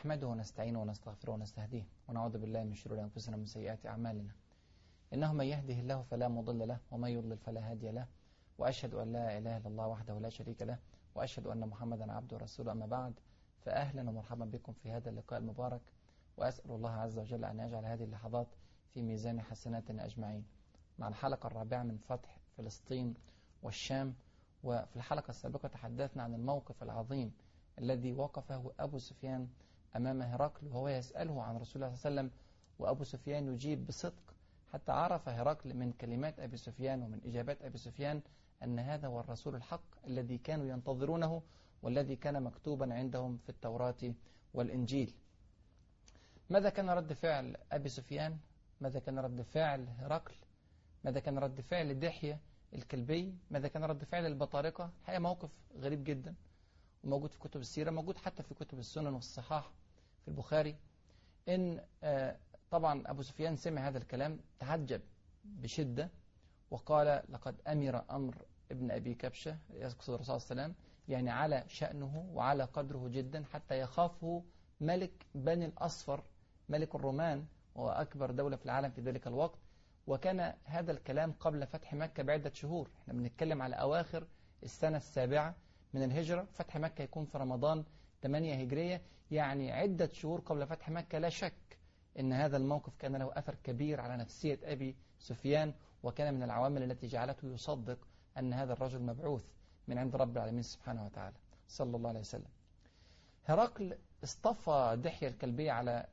نحمده ونستعينه ونستغفره ونستهديه ونعوذ بالله من شرور أنفسنا ومن سيئات أعمالنا. إنه من يهده الله فلا مضل له ومن يضلل فلا هادي له، وأشهد أن لا إله إلا الله وحده لا شريك له، وأشهد أن محمدا عبده ورسوله. أما بعد، فأهلا ومرحبا بكم في هذا اللقاء المبارك، وأسأل الله عز وجل أن يجعل هذه اللحظات في ميزان حسناتنا أجمعين. مع الحلقة الرابعة من فتح فلسطين والشام. وفي الحلقة السابقة تحدثنا عن الموقف العظيم الذي وقفه أبو سفيان أمام هرقل وهو يسأله عن رسول الله صلى الله عليه وسلم، وأبو سفيان يجيب بصدق، حتى عرف هرقل من كلمات أبي سفيان ومن إجابات أبي سفيان أن هذا هو الرسول الحق الذي كانوا ينتظرونه والذي كان مكتوبا عندهم في التوراة والإنجيل. ماذا كان رد فعل أبي سفيان؟ ماذا كان رد فعل هرقل؟ ماذا كان رد فعل دحية الكلبي؟ ماذا كان رد فعل البطارقة؟ الحقيقة موقف غريب جدا، وموجود في كتب السيرة، موجود حتى في كتب السنن والصحاح في البخاري. إن طبعا أبو سفيان سمع هذا الكلام تعجب بشدة وقال: لقد أمر أمر ابن أبي كبشة، يقصد الرسول صلى الله عليه وسلم، يعني على شأنه وعلى قدره جدا، حتى يخافه ملك بني الأصفر، ملك الرومان، وهو أكبر دولة في العالم في ذلك الوقت. وكان هذا الكلام قبل فتح مكة بعدة شهور، احنا بنتكلم على أواخر السنة السابعة من الهجرة، فتح مكة يكون في رمضان 8 هجرية، يعني عدة شهور قبل فتح مكة. لا شك أن هذا الموقف كان له أثر كبير على نفسية أبي سفيان، وكان من العوامل التي جعلته يصدق أن هذا الرجل مبعوث من عند رب العالمين سبحانه وتعالى صلى الله عليه وسلم. هرقل اصطفى دحية الكلبي على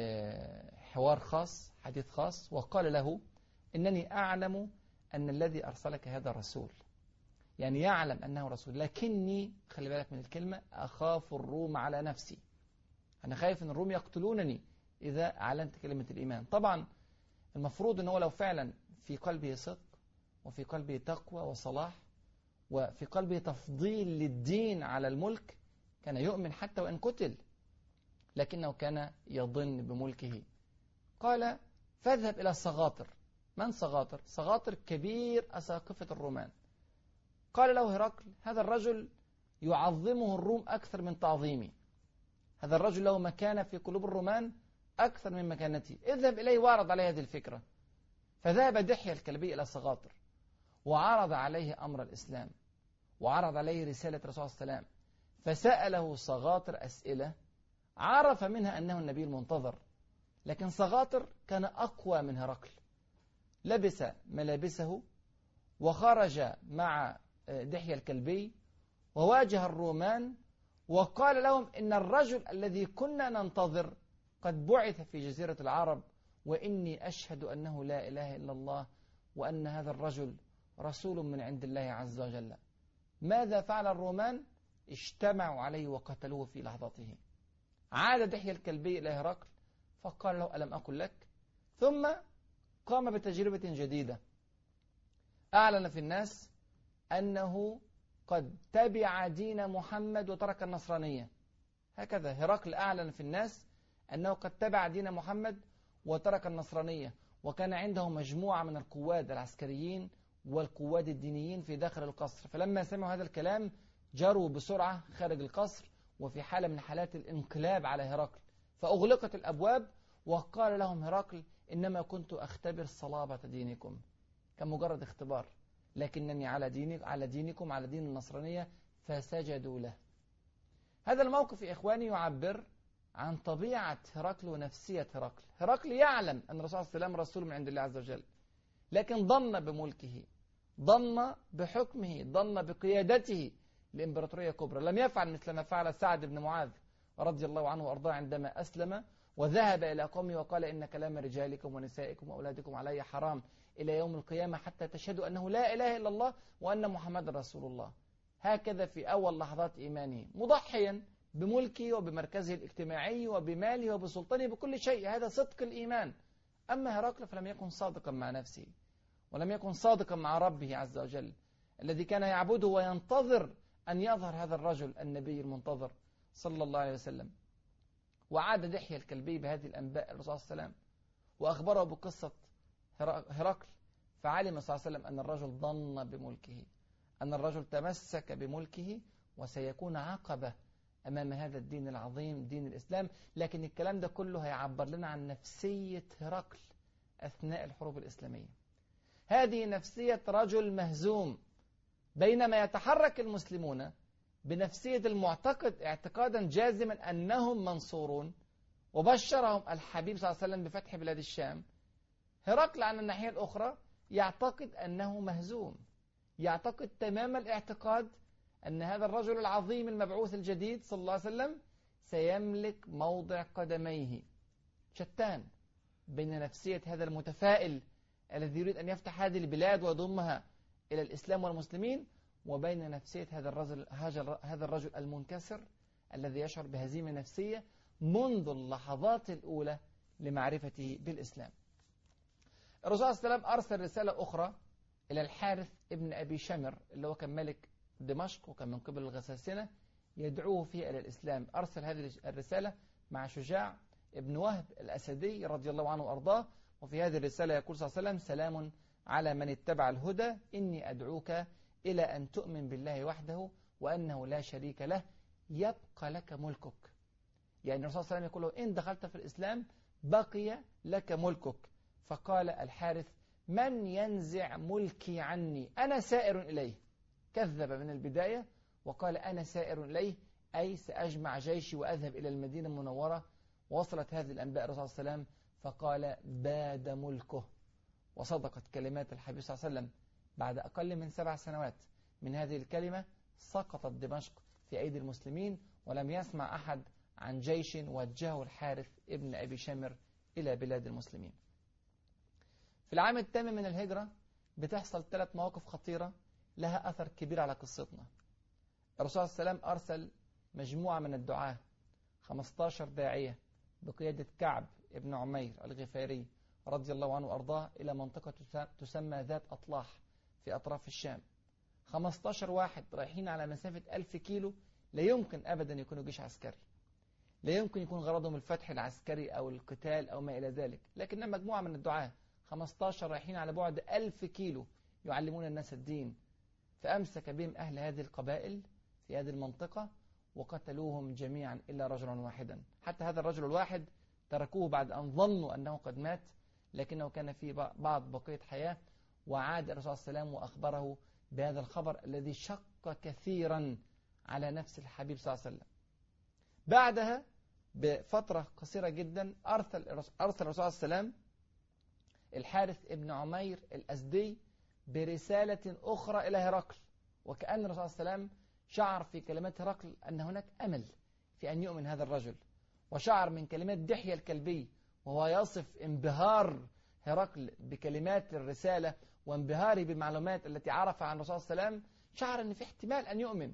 حوار خاص، حديث خاص، وقال له: إنني أعلم أن الذي أرسلك هذا رسول، يعني يعلم أنه رسول، لكني، خلي بالك من الكلمة، أخاف الروم على نفسي. أنا خايف أن الروم يقتلونني إذا أعلنت كلمة الإيمان. طبعا المفروض أنه لو فعلا في قلبه صدق وفي قلبه تقوى وصلاح وفي قلبه تفضيل للدين على الملك كان يؤمن حتى وإن قتل، لكنه كان يظن بملكه. قال: فاذهب إلى الصغاطر. من صغاطر؟ صغاطر كبير أساقفة الرومان. قال له هرقل: هذا الرجل يعظمه الروم أكثر من تعظيمي، هذا الرجل له مكانة في قلوب الرومان أكثر من مكانتي، اذهب إليه واعرض عليه هذه الفكرة. فذهب دحية الكلبي إلى صغاطر وعرض عليه أمر الإسلام وعرض عليه رسالة الرسول صلى الله عليه وسلم، فسأله صغاطر أسئلة عرف منها أنه النبي المنتظر. لكن صغاطر كان أقوى من هرقل، لبس ملابسه وخرج مع دحية الكلبي وواجه الرومان وقال لهم: إن الرجل الذي كنا ننتظر قد بعث في جزيرة العرب، وإني أشهد أنه لا إله إلا الله وأن هذا الرجل رسول من عند الله عز وجل. ماذا فعل الرومان؟ اجتمعوا عليه وقتلوه في لحظته. عاد دحية الكلبي إلى هرقل فقال له: ألم أقل لك؟ ثم قام بتجربة جديدة، أعلن في الناس أنه قد تبع دين محمد وترك النصرانية. هكذا هرقل أعلن في الناس أنه قد تبع دين محمد وترك النصرانية، وكان عنده مجموعة من القواد العسكريين والقواد الدينيين في داخل القصر. فلما سمعوا هذا الكلام جروا بسرعة خارج القصر، وفي حالة من حالات الانقلاب على هرقل، فأغلقت الأبواب. وقال لهم هرقل: إنما كنت أختبر صلابة دينكم، كان مجرد اختبار، لكنني على دينكم، على دين النصرانية. فسجدوا له. هذا الموقف يا إخواني يعبر عن طبيعة هرقل ونفسية هرقل. هرقل يعلم أن الرسول صلى الله عليه وسلم رسول من عند الله عز وجل، لكن ظن بملكه، ظن بحكمه، ظن بقيادته لإمبراطورية كبرى. لم يفعل مثل ما فعل سعد بن معاذ رضي الله عنه وأرضاه عندما أسلم وذهب إلى قومه وقال: إن كلام رجالكم ونسائكم وأولادكم علي حرام إلى يوم القيامة حتى تشهدوا أنه لا إله إلا الله وأن محمد رسول الله. هكذا في أول لحظات إيمانه، مضحيا بملكه وبمركزه الاجتماعي وبماله وبسلطانه بكل شيء. هذا صدق الإيمان. أما هرقل فلم يكن صادقا مع نفسه، ولم يكن صادقا مع ربه عز وجل الذي كان يعبده وينتظر أن يظهر هذا الرجل النبي المنتظر صلى الله عليه وسلم. وعاد دحية الكلبي بهذه الأنباء الرسول صلى الله عليه وسلم وأخبره بقصة هرقل، فعلم صلى الله عليه وسلم أن الرجل ظن بملكه، أن الرجل تمسك بملكه، وسيكون عقبة أمام هذا الدين العظيم دين الإسلام. لكن الكلام ده كله هيعبر لنا عن نفسية هرقل أثناء الحروب الإسلامية. هذه نفسية رجل مهزوم، بينما يتحرك المسلمون بنفسية المعتقد اعتقادا جازما أنهم منصورون، وبشرهم الحبيب صلى الله عليه وسلم بفتح بلاد الشام. هرقل عن الناحية الأخرى يعتقد أنه مهزوم، يعتقد تمام الاعتقاد أن هذا الرجل العظيم المبعوث الجديد صلى الله عليه وسلم سيملك موضع قدميه. شتان بين نفسية هذا المتفائل الذي يريد أن يفتح هذه البلاد ويضمها إلى الإسلام والمسلمين، وبين نفسية هذا الرجل المنكسر الذي يشعر بهزيمة نفسية منذ اللحظات الأولى لمعرفته بالإسلام. الرسول صلى الله عليه وسلم أرسل رسالة أخرى إلى الحارث ابن أبي شمر اللي هو كان ملك دمشق وكان من قبل الغساسنة، يدعوه فيها إلى الإسلام. أرسل هذه الرسالة مع شجاع ابن وهب الأسدي رضي الله عنه وأرضاه. وفي هذه الرسالة يقول صلى الله عليه وسلم: سلام على من اتبع الهدى، إني أدعوك إلى أن تؤمن بالله وحده وأنه لا شريك له، يبقى لك ملكك. يعني الرسول صلى الله عليه وسلم يقول له: إن دخلت في الإسلام بقي لك ملكك. فقال الحارث: من ينزع ملكي عني؟ أنا سائر إليه. كذب من البداية وقال: أنا سائر إليه، أي سأجمع جيشي وأذهب إلى المدينة المنورة. وصلت هذه الأنباء الرسول صلى الله عليه وسلم فقال: باد ملكه. وصدقت كلمات الحبيب صلى الله عليه وسلم. بعد أقل من 7 سنوات من هذه الكلمة سقطت دمشق في أيدي المسلمين، ولم يسمع أحد عن جيش وجهه الحارث ابن أبي شمر إلى بلاد المسلمين. في العام 8 من الهجرة بتحصل 3 مواقف خطيرة لها أثر كبير على قصتنا. الرسول صلى الله عليه وسلم أرسل مجموعة من الدعاة 15 داعية بقيادة كعب ابن عمير الغفاري رضي الله عنه وأرضاه إلى منطقة تسمى ذات أطلاح في أطراف الشام. 15 واحد رايحين على مسافة 1000 كيلو، لا يمكن أبدا يكونوا جيش عسكري، لا يمكن يكون غرضهم الفتح العسكري أو القتال أو ما إلى ذلك، لكن مجموعة من الدعاة 15 رايحين على بعد 1000 كيلو يعلمون الناس الدين. فأمسك بهم أهل هذه القبائل في هذه المنطقة وقتلوهم جميعا إلا رجلا واحدا. حتى هذا الرجل الواحد تركوه بعد أن ظنوا أنه قد مات، لكنه كان في بعض بقية حياة. وعاد الرسول صلى الله عليه وسلم وأخبره بهذا الخبر الذي شق كثيرا على نفس الحبيب صلى الله عليه وسلم. بعدها بفترة قصيرة جدا أرسل الرسول صلى الله عليه وسلم الحارث ابن عمير الأسدي برسالة أخرى إلى هرقل، وكأن الرسول صلى الله عليه وسلم شعر في كلمات هرقل أن هناك أمل في أن يؤمن هذا الرجل، وشعر من كلمات دحية الكلبي وهو يصف انبهار هرقل بكلمات الرسالة وانبهاره بالمعلومات التي عرفها عن الرسول صلى الله عليه وسلم، شعر أن في احتمال أن يؤمن.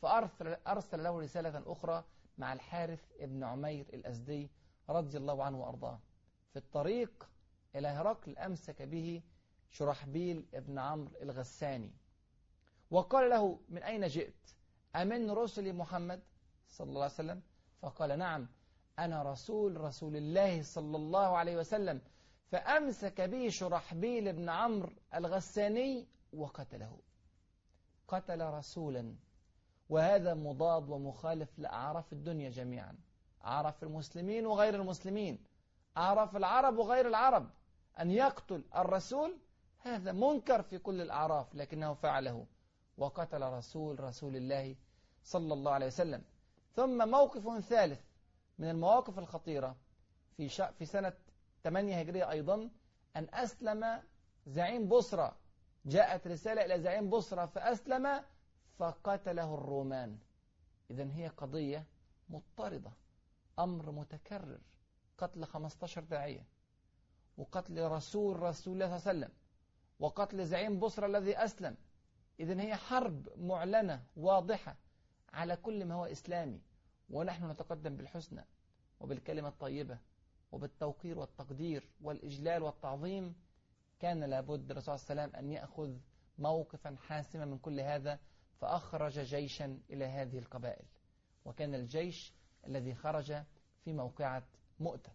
فأرسل له رسالة أخرى مع الحارث ابن عمير الأسدي رضي الله عنه وأرضاه. في الطريق إلى هرقل أمسك به شرحبيل ابن عمرو الغساني وقال له: من أين جئت؟ أمن رسل محمد صلى الله عليه وسلم؟ فقال: نعم، أنا رسول الله صلى الله عليه وسلم. فأمسك به شرحبيل ابن عمرو الغساني وقتله. قتل رسولا، وهذا مضاد ومخالف لأعراف الدنيا جميعا، أعراف المسلمين وغير المسلمين، أعراف العرب وغير العرب. أن يقتل الرسول هذا منكر في كل الأعراف، لكنه فعله وقتل رسول الله صلى الله عليه وسلم. ثم موقف ثالث من المواقف الخطيرة في سنة 8 هجرية أيضا، أن أسلم زعيم بصرة. جاءت رسالة إلى زعيم بصرة فأسلم فقتله الرومان. إذن هي قضية مضطردة، أمر متكرر، قتل 15 داعية، وقتل رسول الله صلى الله عليه وسلم، وقتل زعيم بصرة الذي أسلم. إذن هي حرب معلنة واضحة على كل ما هو إسلامي، ونحن نتقدم بالحسنى وبالكلمة الطيبة وبالتوقير والتقدير والإجلال والتعظيم. كان لابد الرسول صلى الله عليه وسلم أن يأخذ موقفا حاسما من كل هذا، فأخرج جيشا إلى هذه القبائل، وكان الجيش الذي خرج في موقعة مؤتة.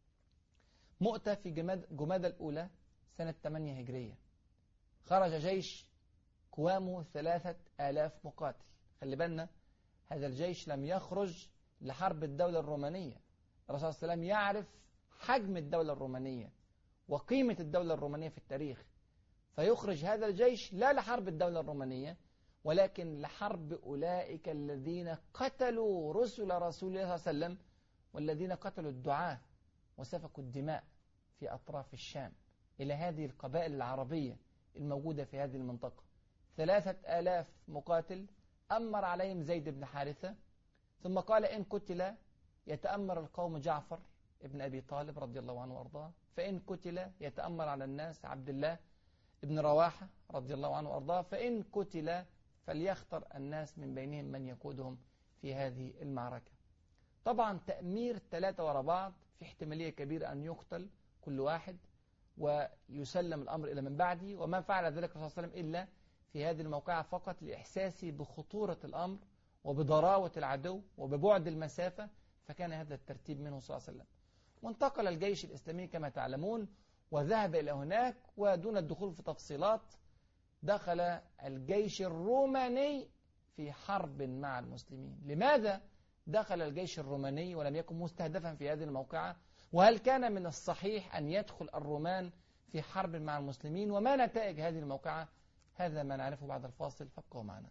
مؤتة في جمادى الأولى سنة 8 هجرية. خرج جيش قوامه 3000 مقاتل. خلي بالنا، هذا الجيش لم يخرج لحرب الدولة الرومانية. الرسول صلى الله عليه وسلم يعرف حجم الدولة الرومانية وقيمة الدولة الرومانية في التاريخ، فيخرج هذا الجيش لا لحرب الدولة الرومانية ولكن لحرب أولئك الذين قتلوا رسل رسول الله صلى الله عليه وسلم، والذين قتلوا الدعاة وسفكوا الدماء في أطراف الشام، إلى هذه القبائل العربية الموجودة في هذه المنطقة. 3000 مقاتل أمر عليهم زيد بن حارثة، ثم قال إن قتل يتأمر القوم جعفر ابن أبي طالب رضي الله عنه وأرضاه، فإن قتل يتأمر على الناس عبد الله ابن رواحة رضي الله عنه وأرضاه، فإن قتل فليختر الناس من بينهم من يقودهم في هذه المعركة. طبعا تأمير 3 وراء بعض في احتمالية كبيرة أن يقتل كل واحد ويسلم الأمر إلى من بعده، وما فعل ذلك الرسول صلى الله عليه وسلم إلا في هذه الموقعة فقط لإحساسه بخطورة الأمر وبضراوة العدو وببعد المسافة، فكان هذا الترتيب منه صلى الله عليه وسلم. وانتقل الجيش الإسلامي كما تعلمون وذهب إلى هناك، ودون الدخول في تفصيلات دخل الجيش الروماني في حرب مع المسلمين. لماذا دخل الجيش الروماني ولم يكن مستهدفا في هذه الموقعة؟ وهل كان من الصحيح أن يدخل الرومان في حرب مع المسلمين؟ وما نتائج هذه الموقعة؟ هذا ما نعرفه بعد الفاصل، فابقوا معنا.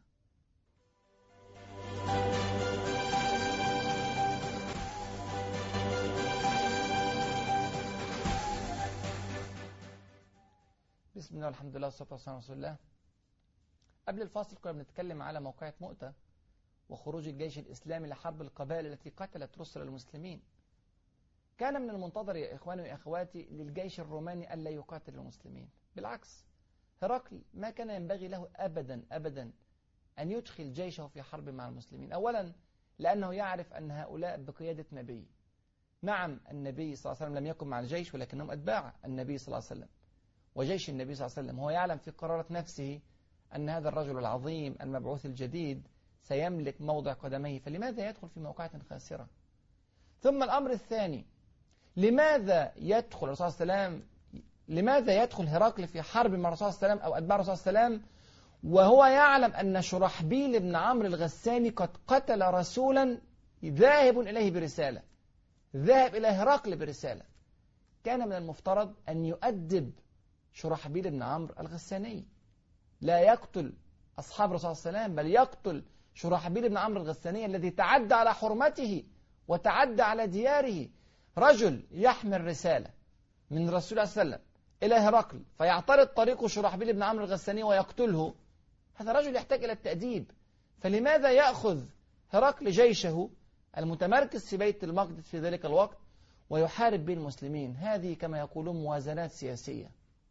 بسم الله والحمد لله والصلاة والسلام على رسول الله. قبل الفاصل كنا بنتكلم على موقعة مؤتة وخروج الجيش الإسلامي لحرب القبائل التي قتلت رسل المسلمين. كان من المنتظر يا إخواني وأخواتي للجيش الروماني ألا يقاتل المسلمين، بالعكس هرقل ما كان ينبغي له أبدا أن يدخل جيشه في حرب مع المسلمين. أولا لأنه يعرف أن هؤلاء بقيادة نبي. نعم النبي صلى الله عليه وسلم لم يكن مع الجيش ولكنهم أتباع النبي صلى الله عليه وسلم وجيش النبي صلى الله عليه وسلم. هو يعلم في قرارة نفسه أن هذا الرجل العظيم المبعوث الجديد سيملك موضع قدميه، فلماذا يدخل في موقعة خاسرة؟ ثم الأمر الثاني، لماذا يدخل الرسول صلى الله عليه وسلم، لماذا يدخل هرقل في حرب مع الرسول صلى الله عليه وسلم أو أتباع الرسول صلى الله عليه وسلم وهو يعلم أن شرحبيل بن عمرو الغساني قد قتل رسولا ذاهب إليه برسالة، ذاهب إلى هرقل برسالة؟ كان من المفترض أن يؤدب شرحبيل بن عمرو الغساني، لا يقتل أصحاب الرسول صلى الله عليه وسلم، بل يقتل شرحبيل بن عمرو الغساني الذي تعدى على حرمته وتعدى على دياره. رجل يحمل رسالة من رسول الله صلى الله عليه وسلم إلى هرقل فيعترض طريق شرحبيل بن عمرو الغساني ويقتله، هذا رجل يحتاج إلى التأديب. فلماذا يأخذ هرقل جيشه المتمركز في بيت المقدس في ذلك الوقت ويحارب به المسلمين؟ هذه كما يقولون موازنات سياسية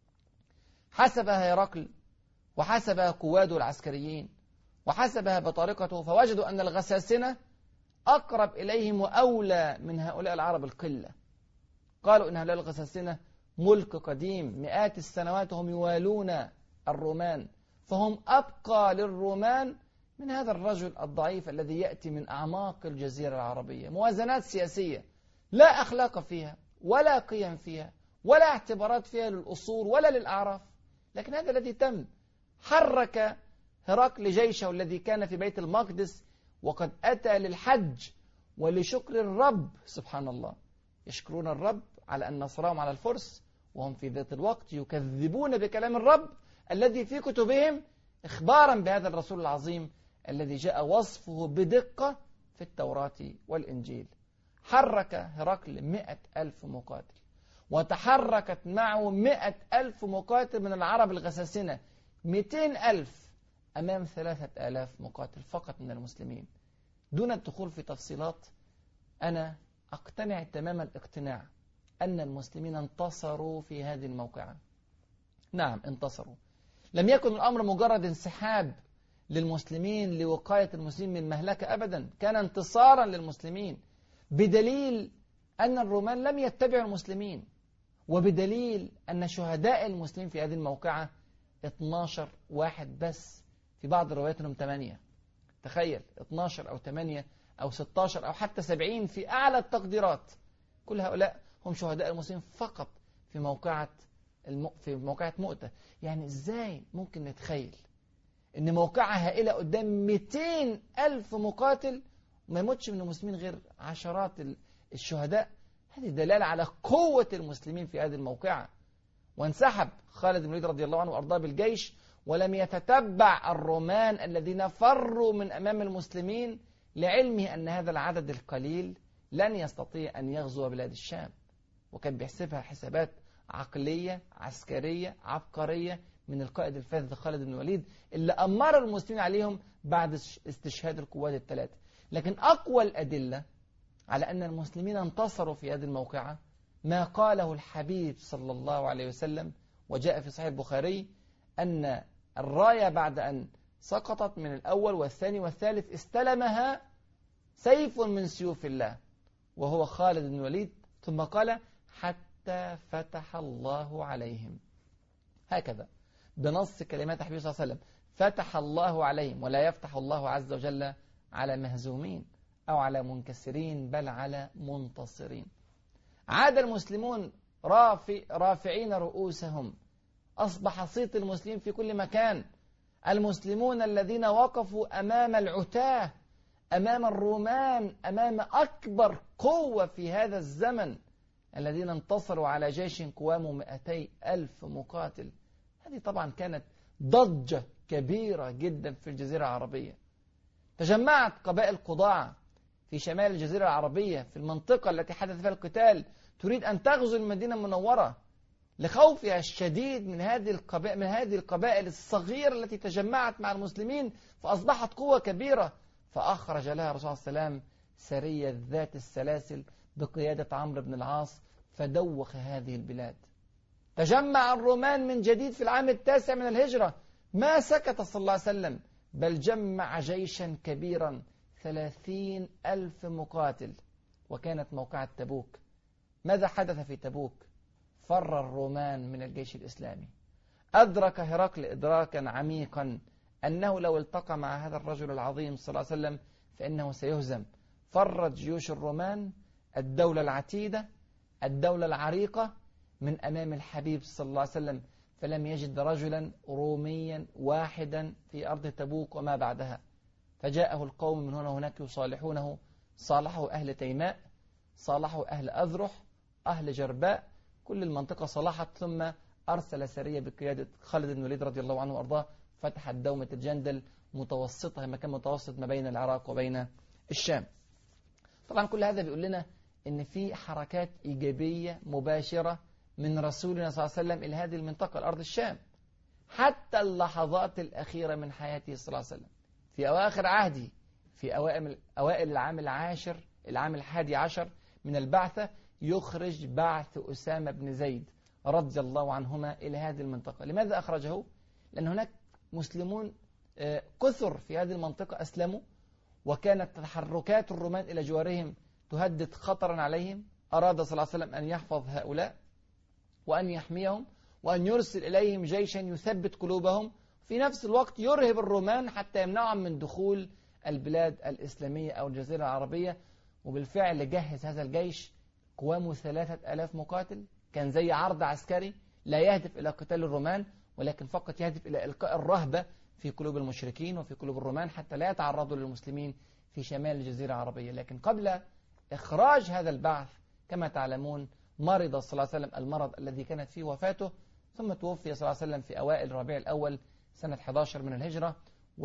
حسبها هرقل وحسبها قواده العسكريين وحسبها بطريقته، فوجدوا أن الغساسنة أقرب إليهم وأولى من هؤلاء العرب القلة. قالوا إن هؤلاء الغساسنة ملك قديم مئات السنوات هم يوالون الرومان، فهم أبقى للرومان من هذا الرجل الضعيف الذي يأتي من أعماق الجزيرة العربية. موازنات سياسية لا أخلاق فيها ولا قيم فيها ولا اعتبارات فيها للأصول ولا للأعراف، لكن هذا الذي تم. حرك هرقل جيشه الذي كان في بيت المقدس وقد أتى للحج ولشكر الرب. سبحان الله، يشكرون الرب على أن نصرهم على الفرس وهم في ذات الوقت يكذبون بكلام الرب الذي في كتبهم إخبارا بهذا الرسول العظيم الذي جاء وصفه بدقة في التوراة والإنجيل. حرك هرقل 100,000 مقاتل وتحركت معه 100,000 مقاتل من العرب الغساسنة، 200,000 أمام 3,000 مقاتل فقط من المسلمين. دون الدخول في تفصيلات، أنا أقتنع تمام الاقتناع أن المسلمين انتصروا في هذه الموقعة. نعم انتصروا، لم يكن الأمر مجرد انسحاب للمسلمين لوقاية المسلمين من مهلكة أبدا، كان انتصارا للمسلمين، بدليل أن الرومان لم يتبعوا المسلمين، وبدليل أن شهداء المسلمين في هذه الموقعة 12 واحد بس، في بعض الروايات انهم 8. تخيل 12 أو 8 أو 16 أو حتى 70 في أعلى التقديرات، كل هؤلاء هم شهداء المسلمين فقط في موقعة مؤتة. يعني إزاي ممكن نتخيل إن موقعة هائلة قدام 200,000 مقاتل وما يموتش من المسلمين غير عشرات الشهداء. هذه دلالة على قوة المسلمين في هذه الموقعة. وانسحب خالد بن الوليد رضي الله عنه وأرضاه بالجيش، ولم يتتبع الرومان الذين فروا من أمام المسلمين، لعلمه أن هذا العدد القليل لن يستطيع أن يغزو بلاد الشام. وكان بيحسبها حسابات عقلية عسكرية عبقرية من القائد الفاذ خالد بن الوليد، اللي أمر المسلمين عليهم بعد استشهاد القوات الثلاثة. لكن أقوى الأدلة على أن المسلمين انتصروا في هذه الموقعة ما قاله الحبيب صلى الله عليه وسلم، وجاء في صحيح البخاري أن الراية بعد أن سقطت من الأول والثاني والثالث استلمها سيف من سيوف الله وهو خالد بن الوليد، ثم قال حتى فتح الله عليهم. هكذا بنص كلمات الحبيب صلى الله عليه وسلم: فتح الله عليهم. ولا يفتح الله عز وجل على مهزومين أو على منكسرين، بل على منتصرين. عاد المسلمون رافعين رؤوسهم، أصبح صيت المسلمين في كل مكان. المسلمون الذين وقفوا أمام العتاة، أمام الرومان، أمام أكبر قوة في هذا الزمن، الذين انتصروا على جيش قوامه 200,000 مقاتل. هذه طبعا كانت ضجة كبيرة جدا في الجزيرة العربية. تجمعت قبائل قضاع في شمال الجزيرة العربية في المنطقة التي حدث فيها القتال، تريد أن تغزو المدينة المنورة لخوفها الشديد من هذه القبائل الصغيرة التي تجمعت مع المسلمين، فأصبحت قوة كبيرة. فأخرج لها الرسول صلى الله عليه وسلم سرية ذات السلاسل بقيادة عمرو بن العاص، فدوخ هذه البلاد. تجمع الرومان من جديد في العام 9 من الهجرة، ما سكت صلى الله عليه وسلم، بل جمع جيشا كبيرا 30,000 مقاتل. وكانت موقعة تبوك. ماذا حدث في تبوك؟ فر الرومان من الجيش الإسلامي. أدرك هرقل إدراكا عميقا أنه لو التقى مع هذا الرجل العظيم صلى الله عليه وسلم فإنه سيهزم. فرت جيوش الرومان الدولة العتيدة، الدولة العريقة، من أمام الحبيب صلى الله عليه وسلم، فلم يجد رجلا روميا واحدا في أرض تبوك وما بعدها. فجاءه القوم من هنا وهناك يصالحونه. صالحوا أهل تيماء، صالحوا أهل أذرح، أهل جرباء، كل المنطقة صلحت. ثم أرسل سرية بقيادة خالد بن الوليد رضي الله عنه وأرضاه، فتحت دومة الجندل متوسطة، مكان متوسط ما بين العراق وبين الشام. طبعا كل هذا بيقول لنا إن في حركات إيجابية مباشرة من رسولنا صلى الله عليه وسلم إلى هذه المنطقة، الأرض الشام، حتى اللحظات الأخيرة من حياته صلى الله عليه وسلم. في أواخر عهده، في أوائل العام العام 11 من البعثة، يخرج بعث أسامة بن زيد رضي الله عنهما إلى هذه المنطقة. لماذا أخرجه؟ لأن هناك مسلمون كثر في هذه المنطقة أسلموا، وكانت تحركات الرومان إلى جوارهم تهدد خطرا عليهم. أراد صلى الله عليه وسلم أن يحفظ هؤلاء وأن يحميهم وأن يرسل إليهم جيشا يثبت قلوبهم، في نفس الوقت يرهب الرومان حتى يمنعهم من دخول البلاد الإسلامية أو الجزيرة العربية. وبالفعل جهز هذا الجيش قوامه 3,000 مقاتل. كان زي عرض عسكري لا يهدف إلى قتال الرومان، ولكن فقط يهدف إلى إلقاء الرهبة في قلوب المشركين وفي قلوب الرومان حتى لا يتعرضوا للمسلمين في شمال الجزيرة العربية. لكن قبل إخراج هذا البعث كما تعلمون مرض صلى الله عليه وسلم المرض الذي كانت فيه وفاته، ثم توفي صلى الله عليه وسلم في أوائل ربيع الأول سنة 11 من الهجرة.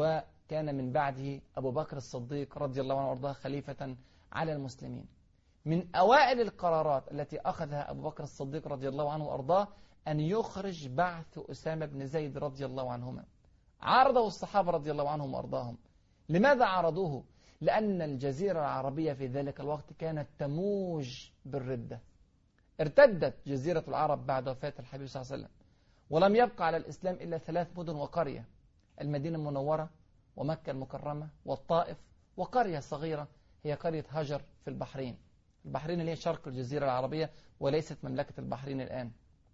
وكان من بعده أبو بكر الصديق رضي الله عنه وارضاه خليفة على المسلمين. من أوائل القرارات التي أخذها أبو بكر الصديق رضي الله عنه وارضاه أن يخرج بعث أسامة بن زيد رضي الله عنهما. عارضه الصحابة رضي الله عنهم وارضاهم. لماذا عارضوه؟ لأن الجزيرة العربية في ذلك الوقت كانت تموج بالردة. ارتدت جزيرة العرب بعد وفاة الحبيب صلى الله عليه وسلم، ولم يبقى على الإسلام إلا 3 مدن وقرية: المدينة المنورة، ومكة المكرمة، والطائف، وقرية صغيرة هي قرية هجر في البحرين. البحرين اللي هي شرق الجزيرة العربية وليست مملكة البحرين الآن.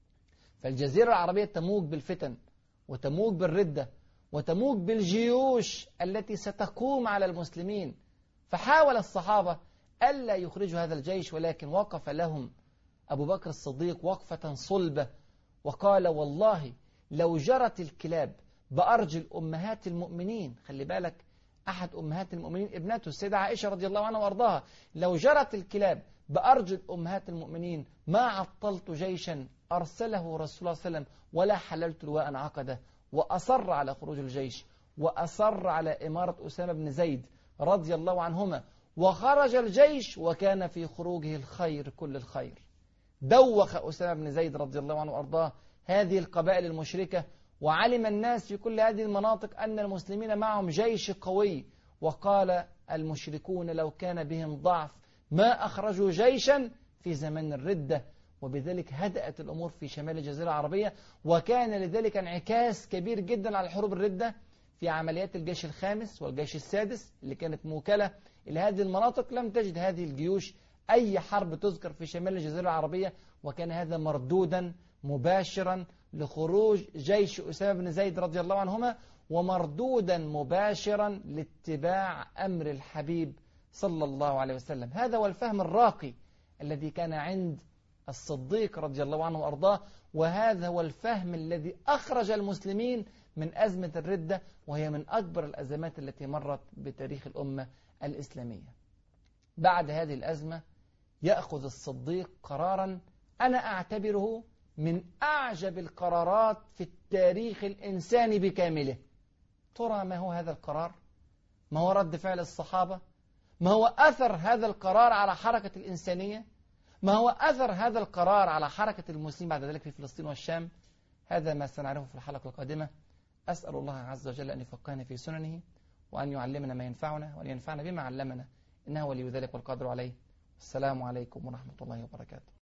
فالجزيرة العربية تموج بالفتن، وتموج بالردة، وتموج بالجيوش التي ستقوم على المسلمين. فحاول الصحابة ألا يخرجوا هذا الجيش، ولكن وقف لهم أبو بكر الصديق وقفة صلبة وقال: والله لو جرت الكلاب بأرجل أمهات المؤمنين. خلي بالك، أحد أمهات المؤمنين ابنته السيدة عائشة رضي الله عنها وأرضاها: لو جرت الكلاب بأرجل أمهات المؤمنين ما عطلت جيشا أرسله رسول الله صلى الله عليه وسلم ولا حللت لواء عقده. وأصر على خروج الجيش، وأصر على إمارة أسامة بن زيد رضي الله عنهما، وخرج الجيش وكان في خروجه الخير كل الخير. دوخ أسامة بن زيد رضي الله عنه وأرضاه هذه القبائل المشركة، وعلم الناس في كل هذه المناطق أن المسلمين معهم جيش قوي، وقال المشركون لو كان بهم ضعف ما أخرجوا جيشا في زمن الردة. وبذلك هدأت الأمور في شمال الجزيرة العربية، وكان لذلك انعكاس كبير جدا على حروب الردة في عمليات الجيش الخامس والجيش السادس اللي كانت موكلة إلى هذه المناطق. لم تجد هذه الجيوش أي حرب تذكر في شمال الجزيرة العربية، وكان هذا مردودا مباشرا لخروج جيش أسامة بن زيد رضي الله عنهما، ومردودا مباشرا لاتباع أمر الحبيب صلى الله عليه وسلم. هذا هو الفهم الراقي الذي كان عند الصديق رضي الله عنه وأرضاه، وهذا هو الفهم الذي أخرج المسلمين من أزمة الردة، وهي من أكبر الأزمات التي مرت بتاريخ الأمة الإسلامية. بعد هذه الأزمة يأخذ الصديق قرارا أنا أعتبره من أعجب القرارات في التاريخ الإنساني بكامله. ترى ما هو هذا القرار؟ ما هو رد فعل الصحابة؟ ما هو أثر هذا القرار على حركة الإنسانية؟ ما هو أثر هذا القرار على حركة المسلمين بعد ذلك في فلسطين والشام؟ هذا ما سنعرفه في الحلقة القادمة. أسأل الله عز وجل أن يفقهنا في سننه، وأن يعلمنا ما ينفعنا، وأن ينفعنا بما علمنا، إنه ولي ذلك والقادر عليه. السلام عليكم ورحمة الله وبركاته.